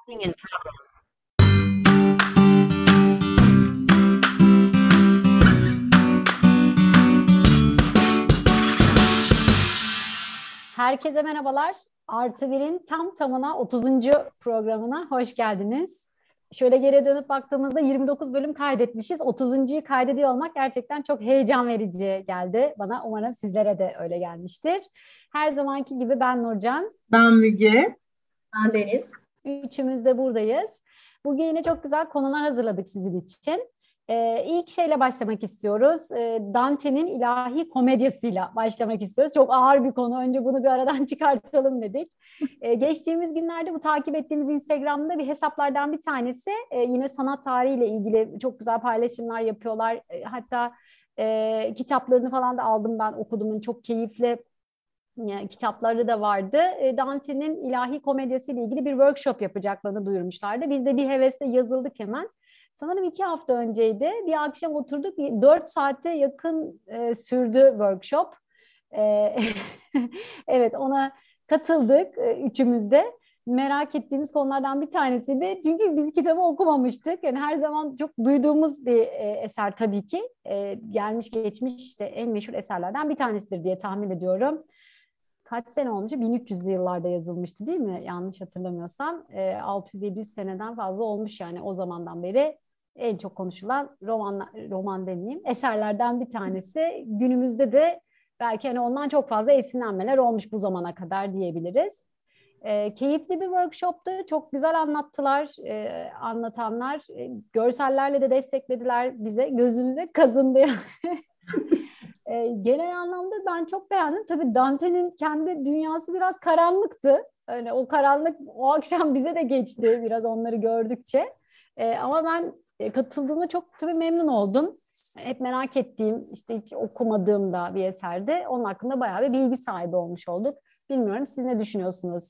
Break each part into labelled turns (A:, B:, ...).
A: In Herkese merhabalar. Artı Bir'in tam tamına 30. programına hoş geldiniz. Şöyle geriye dönüp baktığımızda 29 bölüm kaydetmişiz. 30.'yu kaydediyor olmak gerçekten çok heyecan verici geldi bana. Umarım sizlere de öyle gelmiştir. Her zamanki gibi ben Nurcan.
B: Ben Müge.
C: Ben Deniz.
A: Üçümüz de buradayız. Bugün yine çok güzel konular hazırladık sizin için. İlk şeyle başlamak istiyoruz. Dante'nin ilahi komedyasıyla başlamak istiyoruz. Çok ağır bir konu. Önce bunu bir aradan çıkartalım dedik. Geçtiğimiz günlerde bu takip ettiğimiz Instagram'da bir hesaplardan bir tanesi yine sanat tarihiyle ilgili çok güzel paylaşımlar yapıyorlar. Hatta kitaplarını falan da aldım ben okudum. Çok keyifli kitapları da vardı. Dante'nin ilahi komedyası ile ilgili bir workshop yapacaklarını duyurmuşlardı. Biz de bir hevesle yazıldık hemen. Sanırım 2 hafta önceydi. Bir akşam oturduk. 4 saate yakın sürdü workshop. Evet, ona katıldık üçümüz de. Merak ettiğimiz konulardan bir tanesiydi. Çünkü biz kitabı okumamıştık. Yani her zaman çok duyduğumuz bir eser tabii ki. Gelmiş geçmiş işte en meşhur eserlerden bir tanesidir diye tahmin ediyorum. Kaç sene olmuş? 1300'lü yıllarda yazılmıştı değil mi? Yanlış hatırlamıyorsam. 600-700 seneden fazla olmuş yani o zamandan beri en çok konuşulan roman demeyeyim. Eserlerden bir tanesi. Günümüzde de belki hani ondan çok fazla esinlenmeler olmuş bu zamana kadar diyebiliriz. Keyifli bir workshoptu. Çok güzel anlattılar anlatanlar. Görsellerle de desteklediler bize. Gözümüze kazındı. Genel anlamda ben çok beğendim. Tabii Dante'nin kendi dünyası biraz karanlıktı. Yani o karanlık o akşam bize de geçti biraz onları gördükçe. Ama ben katıldığıma çok tabii memnun oldum. Hep merak ettiğim, işte hiç okumadığım da bir eserdi. Onun hakkında bayağı bir bilgi sahibi olmuş olduk. Bilmiyorum siz ne düşünüyorsunuz?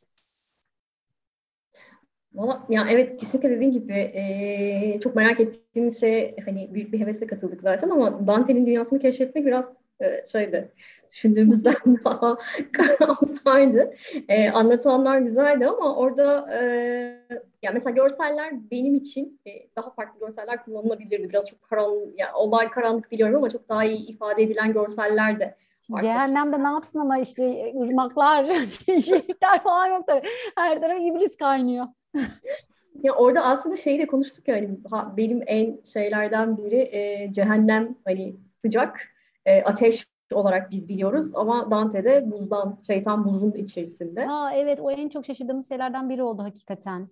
C: Valla ya evet kesinlikle dediğin gibi çok merak ettiğimiz şey hani büyük bir hevesle katıldık zaten ama Dante'nin dünyasını keşfetmek biraz şeydi. Düşündüğümüzden daha karamsardı. Anlatılanlar güzeldi ama orada ya mesela görseller benim için daha farklı görseller kullanılabilirdi. Biraz çok karanlık, ya olay karanlık biliyorum ama çok daha iyi ifade edilen görseller de varsa.
A: Cehennemde ne yapsın ama işte ırmaklar, şehitler falan yok tabii. Her taraf iblis kaynıyor.
C: Ya orada aslında şeyi de konuştuk ya hani benim en şeylerden biri cehennem hani sıcak ateş olarak biz biliyoruz ama Dante'de buzdan şeytan buzun içerisinde.
A: Evet, o en çok şaşırdığımız şeylerden biri oldu hakikaten.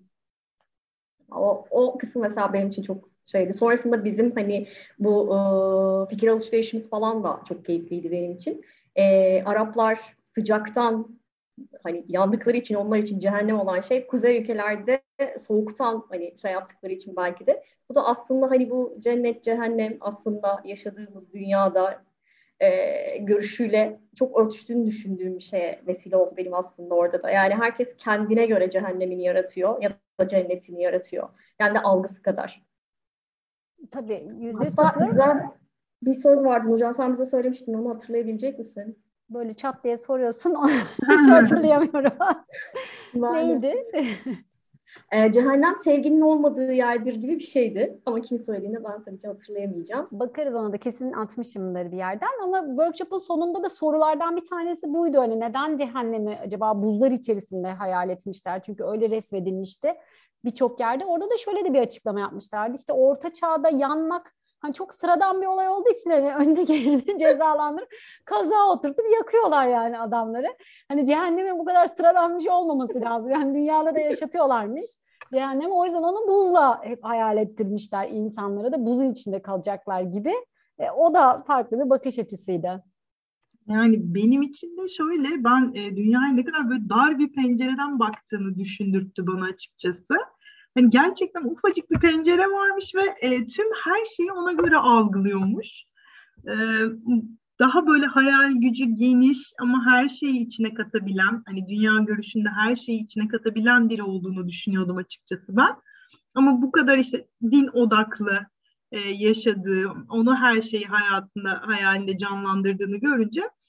C: O kısım mesela benim için çok şeydi. Sonrasında bizim hani bu fikir alışverişimiz falan da çok keyifliydi benim için. Araplar sıcaktan hani yandıkları için onlar için cehennem olan şey kuzey ülkelerde soğuktan hani şey yaptıkları için belki de. Bu da aslında hani bu cennet cehennem aslında yaşadığımız dünyada görüşüyle çok örtüştüğünü düşündüğüm bir şeye vesile oldu benim aslında orada da. Yani herkes kendine göre cehennemini yaratıyor ya da cennetini yaratıyor. Yani de algısı kadar.
A: Tabii %100
C: Hatta
A: katılıyorum.
C: güzel bir söz vardı Nurcan sen bize söylemiştin onu hatırlayabilecek misin?
A: Böyle çat diye soruyorsun. Hiç hatırlayamıyorum.
C: Ben de.
A: Neydi?
C: Cehennem sevginin olmadığı yerdir gibi bir şeydi. Ama kim söylediğini ben tabii ki hatırlayamayacağım.
A: Bakarız ona da kesin atmışımdır bir yerden ama workshop'un sonunda da sorulardan bir tanesi buydu. Hani neden cehennemi acaba buzlar içerisinde hayal etmişler? Çünkü öyle resmedilmişti birçok yerde. Orada da şöyle de bir açıklama yapmışlardı. İşte orta çağda yanmak hani çok sıradan bir olay olduğu için hani önde geleni cezalandırıp kaza oturtup yakıyorlar yani adamları. Hani cehennemin bu kadar sıradan bir şey olmaması lazım. Yani dünyada da yaşatıyorlarmış. Cehennemi o yüzden onu buzla hep hayal ettirmişler insanlara da buzun içinde kalacaklar gibi. O da farklı bir bakış açısıydı.
B: Yani benim için de şöyle, ben dünyaya ne kadar böyle dar bir pencereden baktığını düşündürttü bana açıkçası. Hani gerçekten ufacık bir pencere varmış ve tüm her şeyi ona göre algılıyormuş. E, Daha böyle hayal gücü geniş ama her şeyi içine katabilen, hani dünya görüşünde her şeyi içine katabilen biri olduğunu düşünüyordum açıkçası ben. Ama bu kadar işte din odaklı yaşadığı, onu her şeyi hayatında, hayalinde canlandırdığını görünce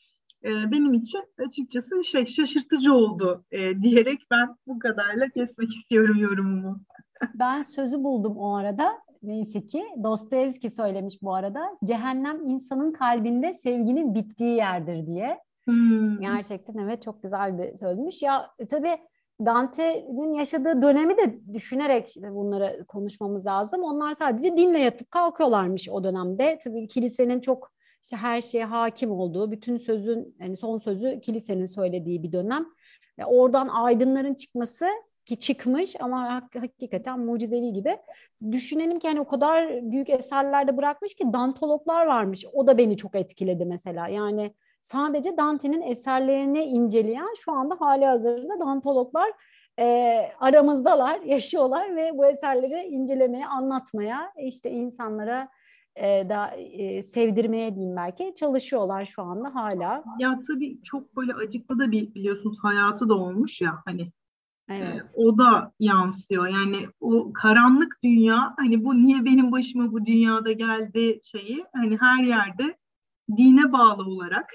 B: benim için açıkçası şaşırtıcı oldu diyerek ben bu kadarla kesmek istiyorum yorumumu.
A: Ben sözü buldum o arada. Neyse ki Dostoyevski söylemiş bu arada. Cehennem insanın kalbinde sevginin bittiği yerdir diye. Gerçekten evet, çok güzel bir söylemiş. Ya tabii Dante'nin yaşadığı dönemi de düşünerek bunları konuşmamız lazım. Onlar sadece dinle yatıp kalkıyorlarmış o dönemde. Tabii kilisenin çok işte her şeye hakim olduğu, bütün sözün yani son sözü kilisenin söylediği bir dönem. Oradan aydınların çıkması ki çıkmış ama hakikaten mucizevi gibi. Düşünelim ki hani o kadar büyük eserlerde bırakmış ki dantologlar varmış. O da beni çok etkiledi mesela. Yani sadece Dante'nin eserlerini inceleyen şu anda hali hazırda dantologlar aramızdalar, yaşıyorlar ve bu eserleri incelemeye, anlatmaya, işte insanlara sevdirmeye diyeyim belki çalışıyorlar şu anda hala.
B: Ya tabii çok böyle acıklı da bir biliyorsunuz hayatı da olmuş ya hani.
A: Evet.
B: O da yansıyor. Yani o karanlık dünya hani bu niye benim başıma bu dünyada geldi şeyi hani her yerde dine bağlı olarak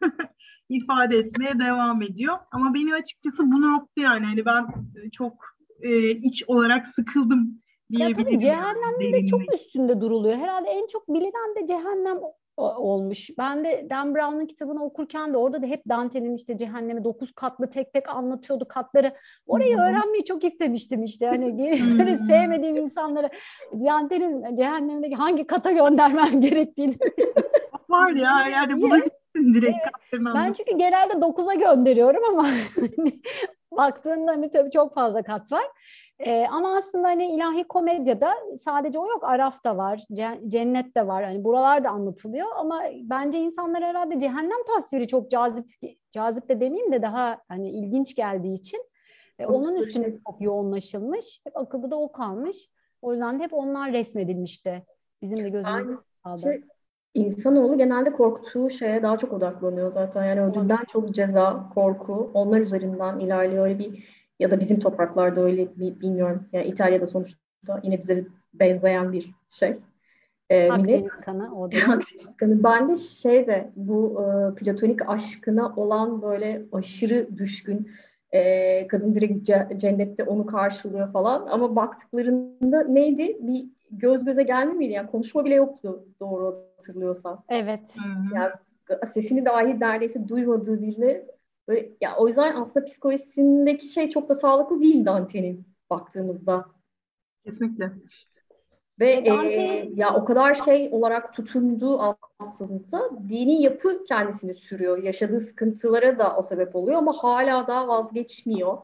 B: ifade etmeye devam ediyor. Ama beni açıkçası bunalttı yani hani ben çok iç olarak sıkıldım
A: Ya tabii
B: diyebilirim yani
A: cehennemin de çok
B: derinlik.
A: üstünde duruluyor. Herhalde en çok bilinen de cehennem olmuş. Ben de Dan Brown'un kitabını okurken de orada da hep Dante'nin işte cehennemi 9 katlı tek tek anlatıyordu katları.
B: Hı
A: Orayı
B: hı.
A: öğrenmeyi çok istemiştim işte. Hani geri
B: Hmm.
A: sevmediğim insanları Dante'nin cehennemindeki hangi kata göndermem gerektiğini.
B: Var ya her yerde
A: Niye?
B: bulabilirsin direkt
A: Ben
B: kaptırmam.
A: çünkü genelde 9'a gönderiyorum ama hani baktığında hani tabii çok fazla kat var. Ama aslında hani ilahi komedyada sadece o yok. Araf da var, cennet de var. Hani buralar da anlatılıyor ama bence insanlar herhalde cehennem tasviri çok cazip, cazip de demeyeyim de daha hani ilginç geldiği için onun
C: Çok da
A: üstüne
C: şey.
A: çok yoğunlaşılmış. Hep akılda da o kalmış. O yüzden de hep onlar resmedilmişti. Bizim de gözümüzde kaldı.
C: Bence insanoğlu genelde korktuğu şeye daha çok odaklanıyor zaten. Yani ödülden çok ceza, korku onlar üzerinden ilerliyor. Öyle bir ya da bizim topraklarda öyle bir bilmiyorum. Yani İtalya'da sonuçta yine bize benzeyen bir şey. Millet.
A: Akdeniz kanı orada da.
C: Ben de bu platonik aşkına olan böyle aşırı düşkün kadın direkt cennette onu karşılıyor falan ama baktıklarında neydi? Bir göz göze gelme miydi? Yani konuşma bile yoktu doğru hatırlıyorsam.
A: Evet.
B: Hı hı.
C: Yani sesini dahi neredeyse duymadığı birine böyle, ya o yüzden aslında psikolojisindeki şey çok da sağlıklı değil Dante'nin baktığımızda.
B: Kesinlikle.
C: Ve
A: Dante'nin
C: ya o kadar şey olarak tutunduğu aslında dini yapı kendisini sürüyor. Yaşadığı sıkıntılara da o sebep oluyor ama hala da vazgeçmiyor.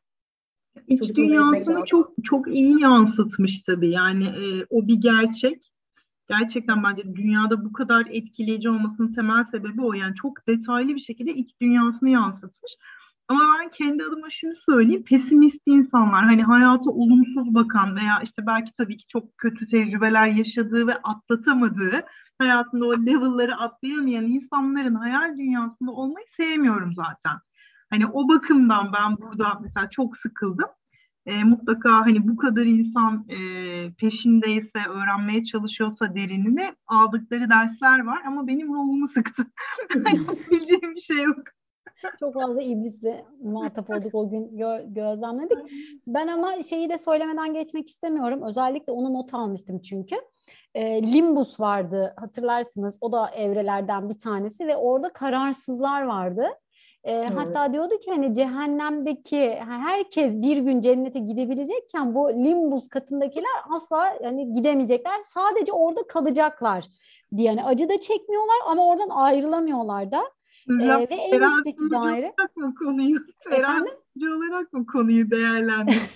B: İç
C: Çocukluğuna gitmek
B: dünyasını
C: lazım.
B: çok çok iyi yansıtmış tabii. Yani o bir gerçek. Gerçekten bence dünyada bu kadar etkileyici olmasının temel sebebi o. Yani çok detaylı bir şekilde iç dünyasını yansıtmış. Ama ben kendi adıma şunu söyleyeyim. Pesimist insanlar, hani hayata olumsuz bakan veya işte belki tabii ki çok kötü tecrübeler yaşadığı ve atlatamadığı, hayatında o level'ları atlayamayan insanların hayal dünyasında olmayı sevmiyorum zaten. Hani o bakımdan ben burada mesela çok sıkıldım. Mutlaka hani bu kadar insan peşindeyse, öğrenmeye çalışıyorsa derinini aldıkları dersler var ama benim ruhumu sıktı. Yapabileceğim bir şey yok.
A: çok fazla iblisle muhatap olduk o gün gözlemledik. Ben ama şeyi de söylemeden geçmek istemiyorum. Özellikle onu not almıştım çünkü. Limbus vardı hatırlarsınız. O da evrelerden bir tanesi ve orada kararsızlar vardı. Hatta
C: Evet.
A: diyordu ki hani cehennemdeki herkes bir gün cennete gidebilecekken bu limbus katındakiler asla hani gidemeyecekler. Sadece orada kalacaklar diye. Yani acı da çekmiyorlar ama oradan ayrılamıyorlar da. Ve en üstteki
B: Terazi
A: daire
B: olarak mı konuyu,
A: efendim.
B: terazi olarak mı konuyu değerlendir?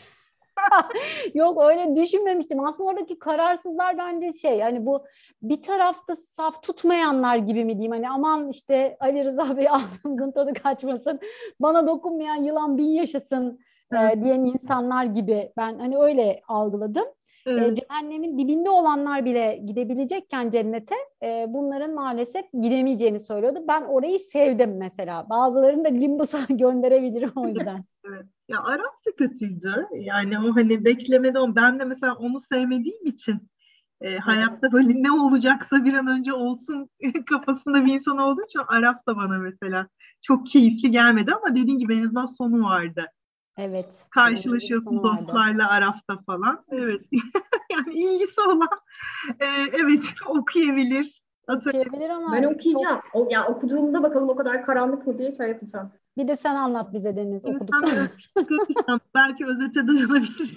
A: Yok öyle düşünmemiştim. Aslında oradaki kararsızlar bence şey hani bu bir tarafta saf tutmayanlar gibi mi diyeyim hani aman işte Ali Rıza Bey ağzımızın tadı kaçmasın bana dokunmayan yılan bin yaşasın diyen insanlar gibi ben hani öyle algıladım.
B: Evet.
A: Cehennemin dibinde olanlar bile gidebilecekken cennete bunların maalesef gidemeyeceğini söylüyordu. Ben orayı sevdim mesela. Bazılarını da limbosa gönderebilirim o yüzden.
B: Evet. Ya Arap da kötüydü. Yani o hani beklemede ben de mesela onu sevmediğim için Hayatta böyle ne olacaksa bir an önce olsun kafasında bir insan olduğu için Araf da bana mesela çok keyifli gelmedi ama dediğin gibi en azından sonu vardı.
A: Evet. Eğlenceli bir
B: Karşılaşıyorsun
A: sonu vardı.
B: dostlarla Araf'ta falan. Evet. Yani ilgisi olan evet okuyabilir.
A: Okuyabilir
C: Ben
A: ama çok...
C: okuyacağım. Ya okuduğumda bakalım o kadar karanlık mı diye şey yapacağım.
A: Bir de sen anlat bize Deniz
B: Yani sen
A: okuduktan
B: de
A: sonra.
B: sıkılırsan belki özete dayanabilirsin.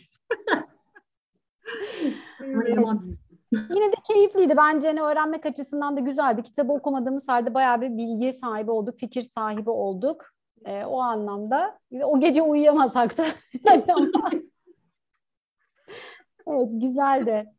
B: Evet.
A: Evet. Yine de keyifliydi. Bence hani öğrenmek açısından da güzeldi. Kitabı okumadığımız halde bayağı bir bilgi sahibi olduk, fikir sahibi olduk. O anlamda. O gece uyuyamasak da. Ama evet, güzeldi.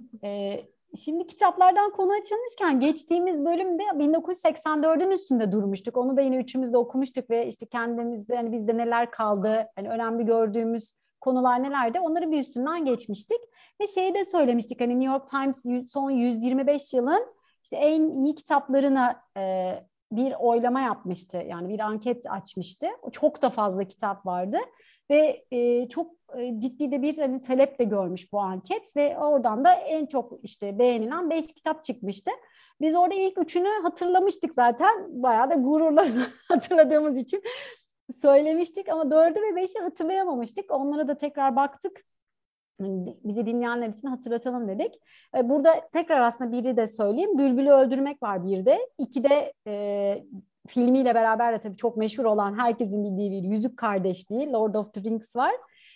A: Şimdi kitaplardan konu açılmışken geçtiğimiz bölümde 1984'ün üstünde durmuştuk. Onu da yine üçümüz de okumuştuk ve işte kendimizde hani bizde neler kaldı, hani önemli gördüğümüz konular nelerdi onları bir üstünden geçmiştik. Ve şeyi de söylemiştik hani New York Times son 125 yılın işte en iyi kitaplarına bir oylama yapmıştı. Yani bir anket açmıştı. Çok da fazla kitap vardı ve çok ciddi de bir hani talep de görmüş bu anket ve oradan da en çok işte beğenilen 5 kitap çıkmıştı. Biz orada ilk üçünü hatırlamıştık zaten. Bayağı da gururla hatırladığımız için söylemiştik ama 4'ü ve 5'i hatırlayamamıştık. Onlara da tekrar baktık. Bizi dinleyenler için hatırlatalım dedik. Burada tekrar aslında biri de söyleyeyim. Bülbül'ü Öldürmek var bir de. İki de filmiyle beraber de tabii çok meşhur olan herkesin bildiği bir Yüzük Kardeşliği Lord of the Rings var.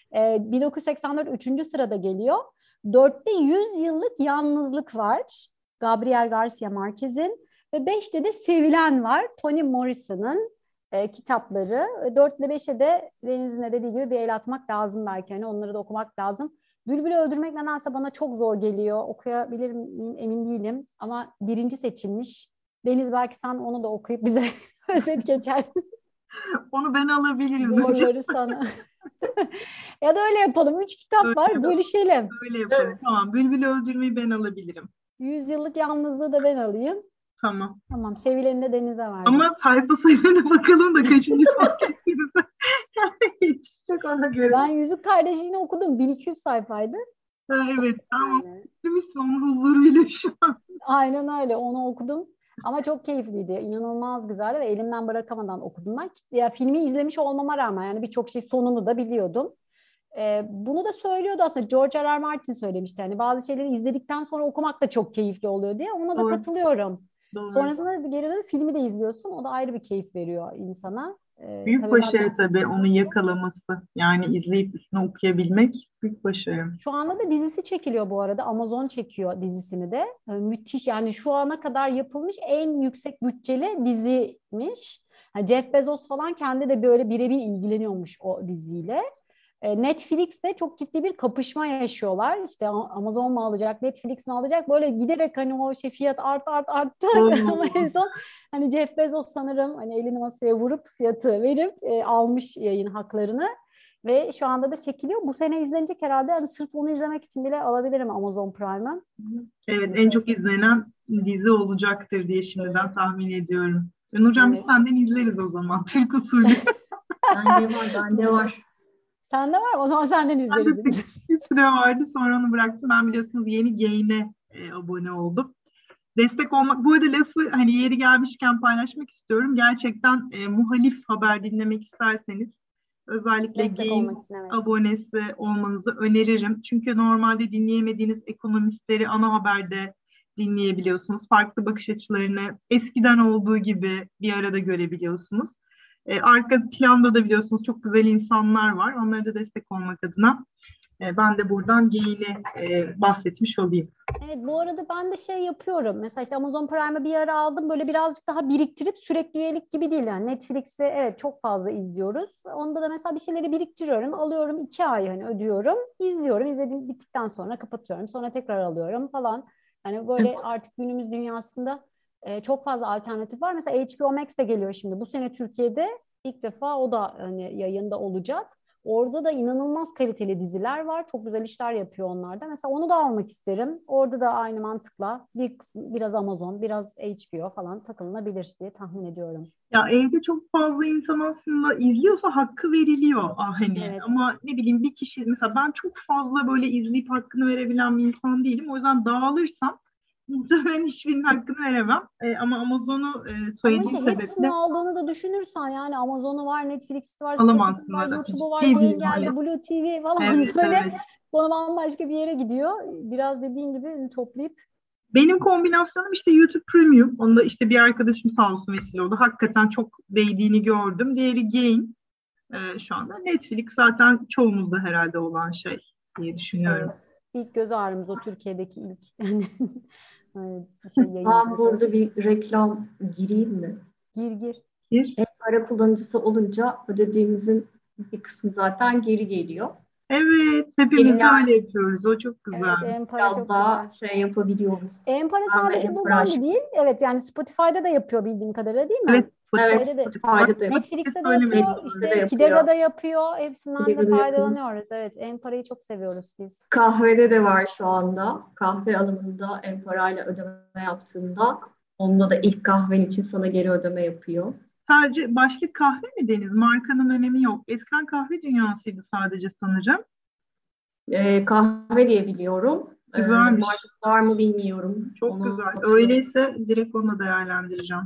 A: 1984 üçüncü sırada geliyor. 4'te 100 yıllık yalnızlık var. Gabriel Garcia Marquez'in ve 5'te de Sevilen var. Toni Morrison'ın kitapları. 4 ile 5'e de Deniz'in de dediği gibi bir el atmak lazım belki. Hani onları da okumak lazım. Bülbül'ü Öldürmek nedense bana çok zor geliyor. Okuyabilir miyim emin değilim. Ama birinci seçilmiş. Deniz belki sen onu da okuyup bize özet geçersin.
B: Onu ben alabilirim.
A: Zorları sana. Ya da öyle yapalım. 3 kitap
B: Öyle
A: var.
B: yapalım.
A: Bölüşelim.
B: Öyle yapalım. Tamam. Bülbül'ü öldürmeyi ben alabilirim.
A: 100 yıllık yalnızlığı da ben alayım.
B: Tamam.
A: Tamam. Sevileni de Deniz'e verdim.
B: Ama sayfa sayısına bakalım da kaçıncı podcast girdi. Yetişecek ona göre.
A: Ben Yüzük Kardeşliğini okudum. 1200 sayfaydı.
B: Evet. Tamam.
A: Yani.
B: Optimist onun huzuruyla şu an.
A: Aynen öyle. Onu okudum. Ama çok keyifliydi. İnanılmaz güzeldi ve elimden bırakamadan okudum ben. Ya, filmi izlemiş olmama rağmen yani birçok şey sonunu da biliyordum. Bunu da söylüyordu aslında. George R. R. Martin söylemişti. Hani bazı şeyleri izledikten sonra okumak da çok keyifli oluyor diye. Ona da
B: Doğru.
A: katılıyorum.
B: Doğru.
A: Sonrasında geri dönüp filmi de izliyorsun. O da ayrı bir keyif veriyor insana.
B: Büyük
A: Tabii
B: başarı tabii onu yakalaması. Yani izleyip üstüne okuyabilmek büyük başarı.
A: şu anda da dizisi çekiliyor bu arada. Amazon çekiyor dizisini de. Müthiş yani şu ana kadar yapılmış en yüksek bütçeli diziymiş. Yani Jeff Bezos falan kendi de böyle birebir ilgileniyormuş o diziyle. Netflix'te çok ciddi bir kapışma yaşıyorlar. İşte Amazon mu alacak, Netflix mi alacak? Böyle giderek hani o şey fiyat arttı. Ama en son hani Jeff Bezos sanırım hani elini masaya vurup fiyatı verip almış yayın haklarını. Ve şu anda da çekiliyor. Bu sene izlenecek herhalde. Hani sırf onu izlemek için bile alabilirim Amazon Prime'ı.
B: Evet, en çok izlenen dizi olacaktır diye şimdiden tahmin ediyorum. Nurcan biz
A: Evet.
B: senden izleriz o zaman. Türk usulü.
C: Bende var.
A: Sende var mı? O zaman senden
B: Ben de
A: izleriz.
B: bir süre vardı sonra onu bıraktım. Ben biliyorsunuz yeni Gain'e abone oldum. Destek olmak, bu arada lafı hani yeri gelmişken paylaşmak istiyorum. Gerçekten muhalif haber dinlemek isterseniz özellikle
A: Destek
B: Gain
A: olmak için evet.
B: abonesi olmanızı öneririm. Çünkü normalde dinleyemediğiniz ekonomistleri ana haberde dinleyebiliyorsunuz. Farklı bakış açılarını eskiden olduğu gibi bir arada görebiliyorsunuz. Arka planda da biliyorsunuz çok güzel insanlar var. Onlara da destek olmak adına ben de buradan Gain'i bahsetmiş olayım.
A: Evet, bu arada ben de şey yapıyorum. Mesela işte Amazon Prime'ı bir ara aldım. Böyle birazcık daha biriktirip sürekli üyelik gibi değil. Yani Netflix'i evet çok fazla izliyoruz. Onda da mesela bir şeyleri biriktiriyorum. Alıyorum 2 ay hani ödüyorum. İzliyorum. İzlediğim bittikten sonra kapatıyorum. Sonra tekrar alıyorum falan. Yani böyle artık günümüz dünyasında çok fazla alternatif var. Mesela HBO Max de geliyor şimdi. Bu sene Türkiye'de ilk defa o da hani yayında olacak. Orada da inanılmaz kaliteli diziler var. Çok güzel işler yapıyor onlar da. Mesela onu da almak isterim. Orada da aynı mantıkla bir kısım, biraz Amazon, biraz HBO falan takılınabilir diye tahmin ediyorum.
B: Ya evde çok fazla insan aslında izliyorsa hakkı veriliyor hani,
A: Evet.
B: ama ne bileyim bir kişi, mesela ben çok fazla böyle izleyip hakkını verebilen bir insan değilim. O yüzden dağılırsam muhtemelen hiçbirinin hakkını veremem. Ama Amazon'u
A: Ama
B: söylediğim
A: işte hepsini
B: sebeple
A: aldığını da düşünürsen yani Amazon'u var, Netflix'i var, Spotify
B: alamazsın.
A: var,
B: Evet.
A: YouTube'u var,
B: Ciddi
A: Gain
B: bir
A: geldi,
B: maliyet.
A: Blue TV falan
B: Evet,
A: böyle
B: evet.
A: konu bambaşka bir yere gidiyor. Biraz dediğin gibi toplayıp
B: Benim kombinasyonum işte YouTube Premium. Onda işte bir arkadaşım sağ olsun vesile oldu. Hakikaten çok değdiğini gördüm. Diğeri Gain. Şu anda Netflix zaten çoğumuzda herhalde olan şey diye düşünüyorum.
A: evet, ilk göz ağrımız o Türkiye'deki ilk yani şey
C: Ben
A: yayıncılık.
C: burada bir reklam gireyim mi?
A: Gir gir.
B: Bir.
C: Para kullanıcısı olunca ödediğimizin bir kısmı zaten geri geliyor.
B: Evet, hepimiz de
C: Yeniler
B: öyle yapıyoruz. O çok güzel.
A: Evet, Empara
C: biraz
A: çok güzel.
C: daha şey yapabiliyoruz.
A: Empara
C: Ben ve
A: sadece
C: Empara
A: buradan da
C: aşkı.
A: değil. Evet yani Spotify'da da yapıyor bildiğim kadarıyla değil mi?
B: Evet, Spotify.
C: Evet,
A: Şeyde de
C: Spotify'da da yapıyor.
B: Spotify
A: Netflix'te de yapıyor.
C: Netflix'te de
A: İşte
C: yapıyor.
A: Kidega'da yapıyor. Hepsinden de
C: Bilegada yapıyor.
A: faydalanıyoruz. Evet, Empara'yı çok seviyoruz biz.
C: Kahvede de var şu anda. Kahve alımında Empara ile ödeme yaptığında onda da ilk kahven için sana geri ödeme yapıyor.
B: Sadece başlık kahve mi Deniz? Markanın önemi yok. Eskiden kahve dünyasıydı sadece sanırım.
C: Kahve diye biliyorum.
B: Güzelmiş.
C: Markası var mı bilmiyorum.
B: Çok
C: Onu
B: güzel.
C: hatırlamıyorum.
B: Öyleyse direkt onu da değerlendireceğim.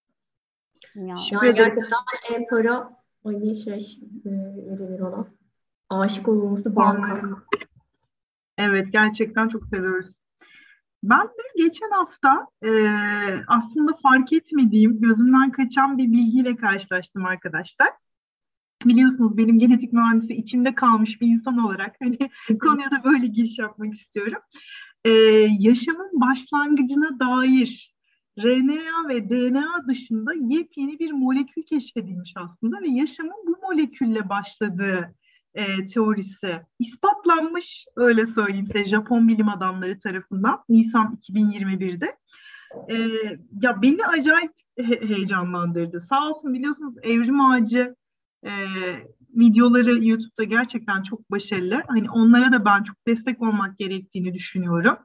A: Ya
B: Teşekkür
C: Yani
B: ederim.
C: gerçekten Empara hani şey ne denir ona? Aşık olunması banka.
B: Formülüm. Evet, gerçekten çok seviyoruz. Ben de geçen hafta aslında fark etmediğim, gözümden kaçan bir bilgiyle karşılaştım arkadaşlar. Biliyorsunuz benim genetik mühendisi içimde kalmış bir insan olarak hani konuya da böyle giriş yapmak istiyorum. Ee, Yaşamın başlangıcına dair RNA ve DNA dışında yepyeni bir molekül keşfedilmiş aslında ve yaşamın bu molekülle başladığı teorisi ispatlanmış, öyle söyleyeyim size, Japon bilim adamları tarafından Nisan 2021'de. Ee, Ya beni acayip heyecanlandırdı. Sağ olsun, biliyorsunuz Evrim Ağacı e, videoları YouTube'da gerçekten çok başarılı. Hani onlara da ben çok destek olmak gerektiğini düşünüyorum.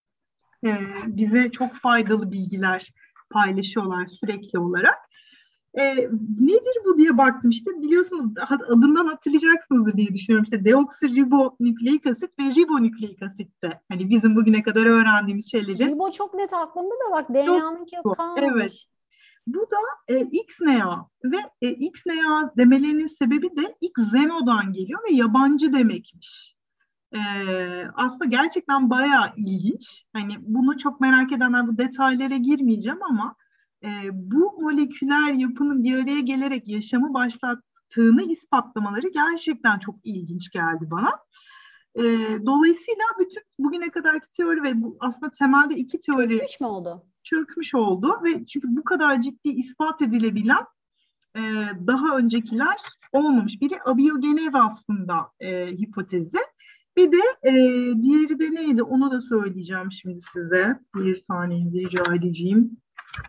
B: Bize çok faydalı bilgiler paylaşıyorlar sürekli olarak. Nedir bu diye baktım, işte biliyorsunuz adından hatırlayacaksınız diye düşünüyorum, işte deoksiribonükleik asit ve ribonükleik asitte, hani bizim bugüne kadar öğrendiğimiz şeylerin
A: Ribo çok net aklımda da bak
B: çok
A: DNA'nınki
B: bu. Evet.
A: kalmamış.
B: Bu da XNA ve XNA demelerinin sebebi de Xeno'dan geliyor ve yabancı demekmiş. E, Aslında gerçekten bayağı ilginç. Hani bunu çok merak edenler, bu detaylara girmeyeceğim ama bu moleküler yapının bir araya gelerek yaşamı başlattığını ispatlamaları gerçekten çok ilginç geldi bana. E, Dolayısıyla bütün bugüne kadarki teori ve bu aslında temelde iki teori
A: Çökmüş mü oldu?
B: çökmüş oldu ve çünkü bu kadar ciddi ispat edilebilen e, daha öncekiler olmamış. Biri abiyogenez aslında hipotezi. Bir de diğeri de neydi? Onu da söyleyeceğim şimdi size. Bir saniye rica edeceğim.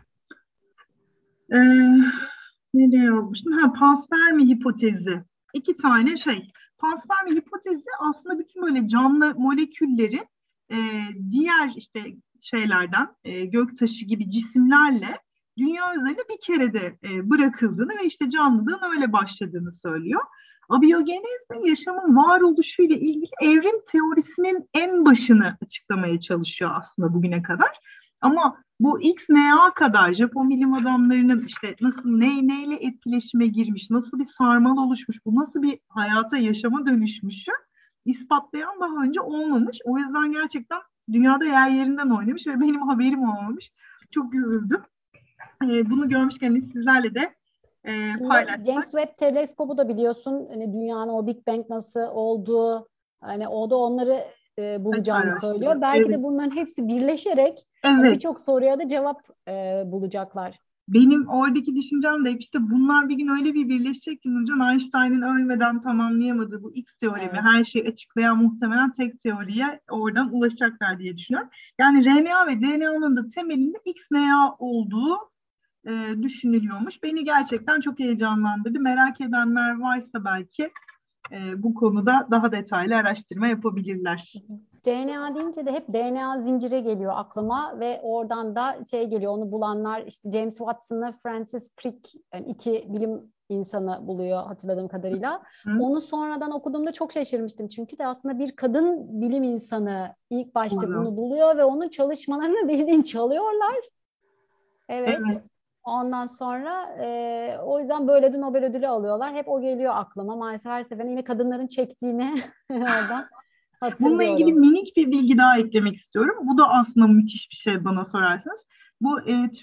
B: E, Nereye yazmıştım? Panspermi hipotezi. İki tane şey. Panspermi hipotezi aslında bütün böyle canlı moleküllerin e, diğer işte şeylerden, göktaşı gibi cisimlerle dünya üzerine bir kerede bırakıldığını ve işte canlılığın öyle başladığını söylüyor. Abiyogenez de yaşamın varoluşuyla ilgili evrim teorisinin en başını açıklamaya çalışıyor aslında bugüne kadar. Ama bu XNA kadar Japon bilim adamlarının işte nasıl neyle etkileşime girmiş, nasıl bir sarmal oluşmuş, bu nasıl bir hayata, yaşama dönüşmüşü ispatlayan daha önce olmamış. O yüzden gerçekten dünyada yer yerinden oynamış ve benim haberim olmamış. Çok üzüldüm. Bunu görmüşken sizlerle de
A: Şimdi
B: paylaşmak.
A: James Webb teleskobu da biliyorsun hani dünyanın o Big Bang nasıl olduğu hani o da onları bulacağını söylüyor.
B: Araştırıyor.
A: Belki
B: Evet,
A: de bunların hepsi birleşerek hani
B: evet.
A: birçok soruya da cevap bulacaklar.
B: Benim oradaki düşüncem de hep işte bunlar bir gün öyle bir birleşecek ki Nurcan, Einstein'ın ölmeden tamamlayamadığı bu X teoremi,
A: Evet.
B: her şeyi açıklayan muhtemelen tek teoriye oradan ulaşacaklar diye düşünüyorum. Yani RNA ve DNA'nın da temelinde XNA olduğu düşünülüyormuş. Beni gerçekten çok heyecanlandırdı. Merak edenler varsa belki bu konuda daha detaylı araştırma yapabilirler.
A: DNA deyince de hep DNA zincire geliyor aklıma ve oradan da şey geliyor, onu bulanlar işte James Watson'la Francis Crick, yani iki bilim insanı buluyor hatırladığım kadarıyla.
B: Hı.
A: Onu sonradan okuduğumda çok şaşırmıştım. Çünkü de aslında bir kadın bilim insanı ilk başta
B: Doğru.
A: bunu buluyor ve onun çalışmalarını bildiğin çalıyorlar. Evet.
B: Evet.
A: Ondan sonra o yüzden böyle de Nobel ödülü alıyorlar. Hep o geliyor aklıma. Maalesef her seferinde yine kadınların çektiğini oradan
B: Bununla ilgili
A: hatırlıyorum.
B: minik bir bilgi daha eklemek istiyorum. Bu da aslında müthiş bir şey bana sorarsanız. Bu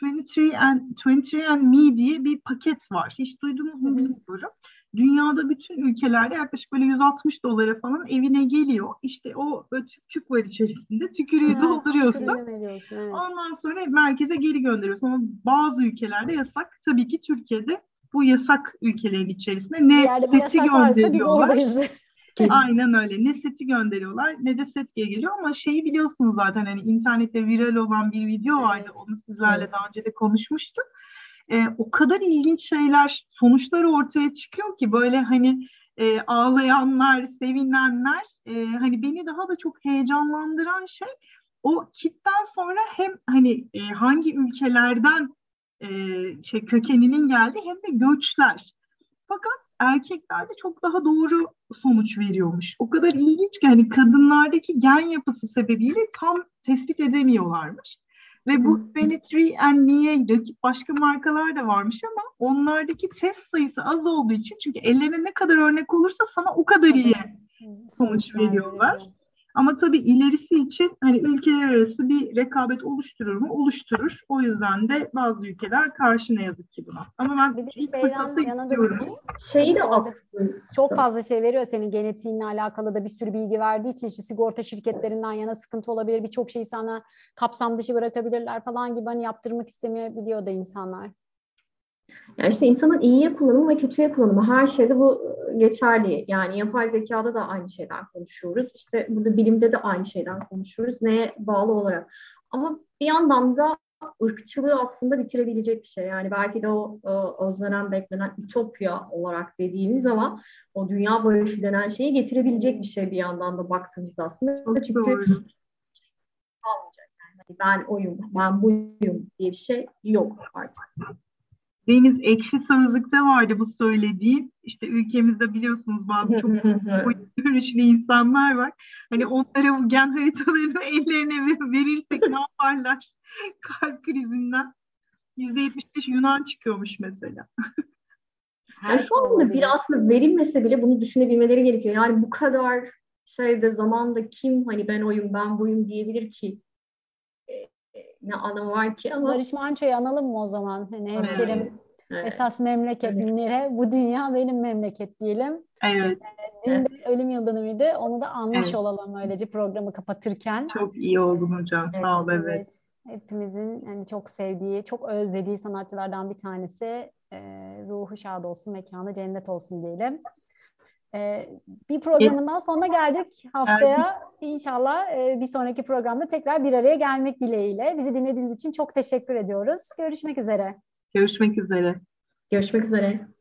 B: 23andMe diye bir paket var. Hiç duydunuz mu bilmiyorum. Dünyada bütün ülkelerde yaklaşık böyle $160 falan evine geliyor. İşte o tüpçük var içerisinde. Tükürüğü dolduruyorsun.
A: Evet.
B: Ondan sonra merkeze geri gönderiyorsun. Ama bazı ülkelerde yasak. Tabii ki Türkiye'de bu yasak ülkelerin içerisinde
A: Bir
B: ne
A: yerde bir
B: seti
A: yasak varsa biz
B: gönderiyorlar.
A: oradayız.
B: Aynen öyle. Ne seti gönderiyorlar ne de set geliyor ama şeyi biliyorsunuz zaten, hani internette viral olan bir video vardı.
A: Evet.
B: Onu sizlerle daha önce de konuşmuştuk. O kadar ilginç şeyler, sonuçlar ortaya çıkıyor ki böyle hani ağlayanlar, sevinenler, hani beni daha da çok heyecanlandıran şey o kitten sonra hem hani hangi ülkelerden kökeninin geldi hem de göçler. Fakat erkeklerde çok daha doğru sonuç veriyormuş. O kadar ilginç ki hani kadınlardaki gen yapısı sebebiyle tam tespit edemiyorlarmış. Ve bu 23andMe'ye rakip başka markalar da varmış ama onlardaki test sayısı az olduğu için, çünkü ellerine ne kadar örnek olursa sana o kadar iyi sonuç veriyorlar. Ama tabii ilerisi için hani ülkeler arası bir rekabet oluşturur mu? Oluşturur. O yüzden de bazı ülkeler karşı, ne yazık ki buna. Ama ben ilk fırsatta istiyorum.
C: Şeyi de aslında
A: çok fazla şey veriyor, senin genetiğinle alakalı da bir sürü bilgi verdiği için işte sigorta şirketlerinden yana sıkıntı olabilir. Birçok şeyi sana kapsam dışı bırakabilirler falan gibi, hani yaptırmak istemeyebiliyor da insanlar.
C: Yani işte insanın iyiye kullanımı ve kötüye kullanımı, her şeyde bu geçerli. Yani yapay zekada da aynı şeyden konuşuyoruz. İşte burada bilimde de aynı şeyden konuşuyoruz. Neye bağlı olarak. Ama bir yandan da ırkçılığı aslında bitirebilecek bir şey. Yani belki de o özlenen, beklenen ütopya olarak dediğimiz ama o dünya barışı denen şeyi getirebilecek bir şey bir yandan da baktığımızda aslında.
B: Çok
C: Çünkü
B: doğru.
C: kalmayacak. Yani ben oyum, ben buyum diye bir şey yok artık.
B: Deniz, Ekşi Sözlük'te vardı bu söylediğin. İşte ülkemizde biliyorsunuz bazı çok görüşlü insanlar var. Hani onlara bu gen haritalarını ellerine verirsek ne yaparlar? Kalp krizinden. %75 Yunan çıkıyormuş mesela.
C: Yani şu anda bir aslında verilmese bile bunu düşünebilmeleri gerekiyor. Yani bu kadar zamanda kim hani ben oyum, ben buyum diyebilir ki? Ne anlamı var ki? Ama
A: Barış Manço'yu analım mı o zaman? Hani hemşerim,
C: evet.
A: esas memleket nere? Bu dünya benim memleket diyelim.
B: Evet.
A: Dün de ölüm yıldönümüydü. Onu da anmış
B: Evet.
A: olalım öylece programı kapatırken.
B: Çok iyi oldun hocam. Sağ ol. Evet.
A: Hepimizin hani çok sevdiği, çok özlediği sanatçılardan bir tanesi. Ruhu şad olsun, mekanı cennet olsun diyelim. Bir programından sonuna geldik. Haftaya inşallah bir sonraki programda tekrar bir araya gelmek dileğiyle. Bizi dinlediğiniz için çok teşekkür ediyoruz. Görüşmek üzere.
B: Görüşmek üzere.
C: Görüşmek üzere.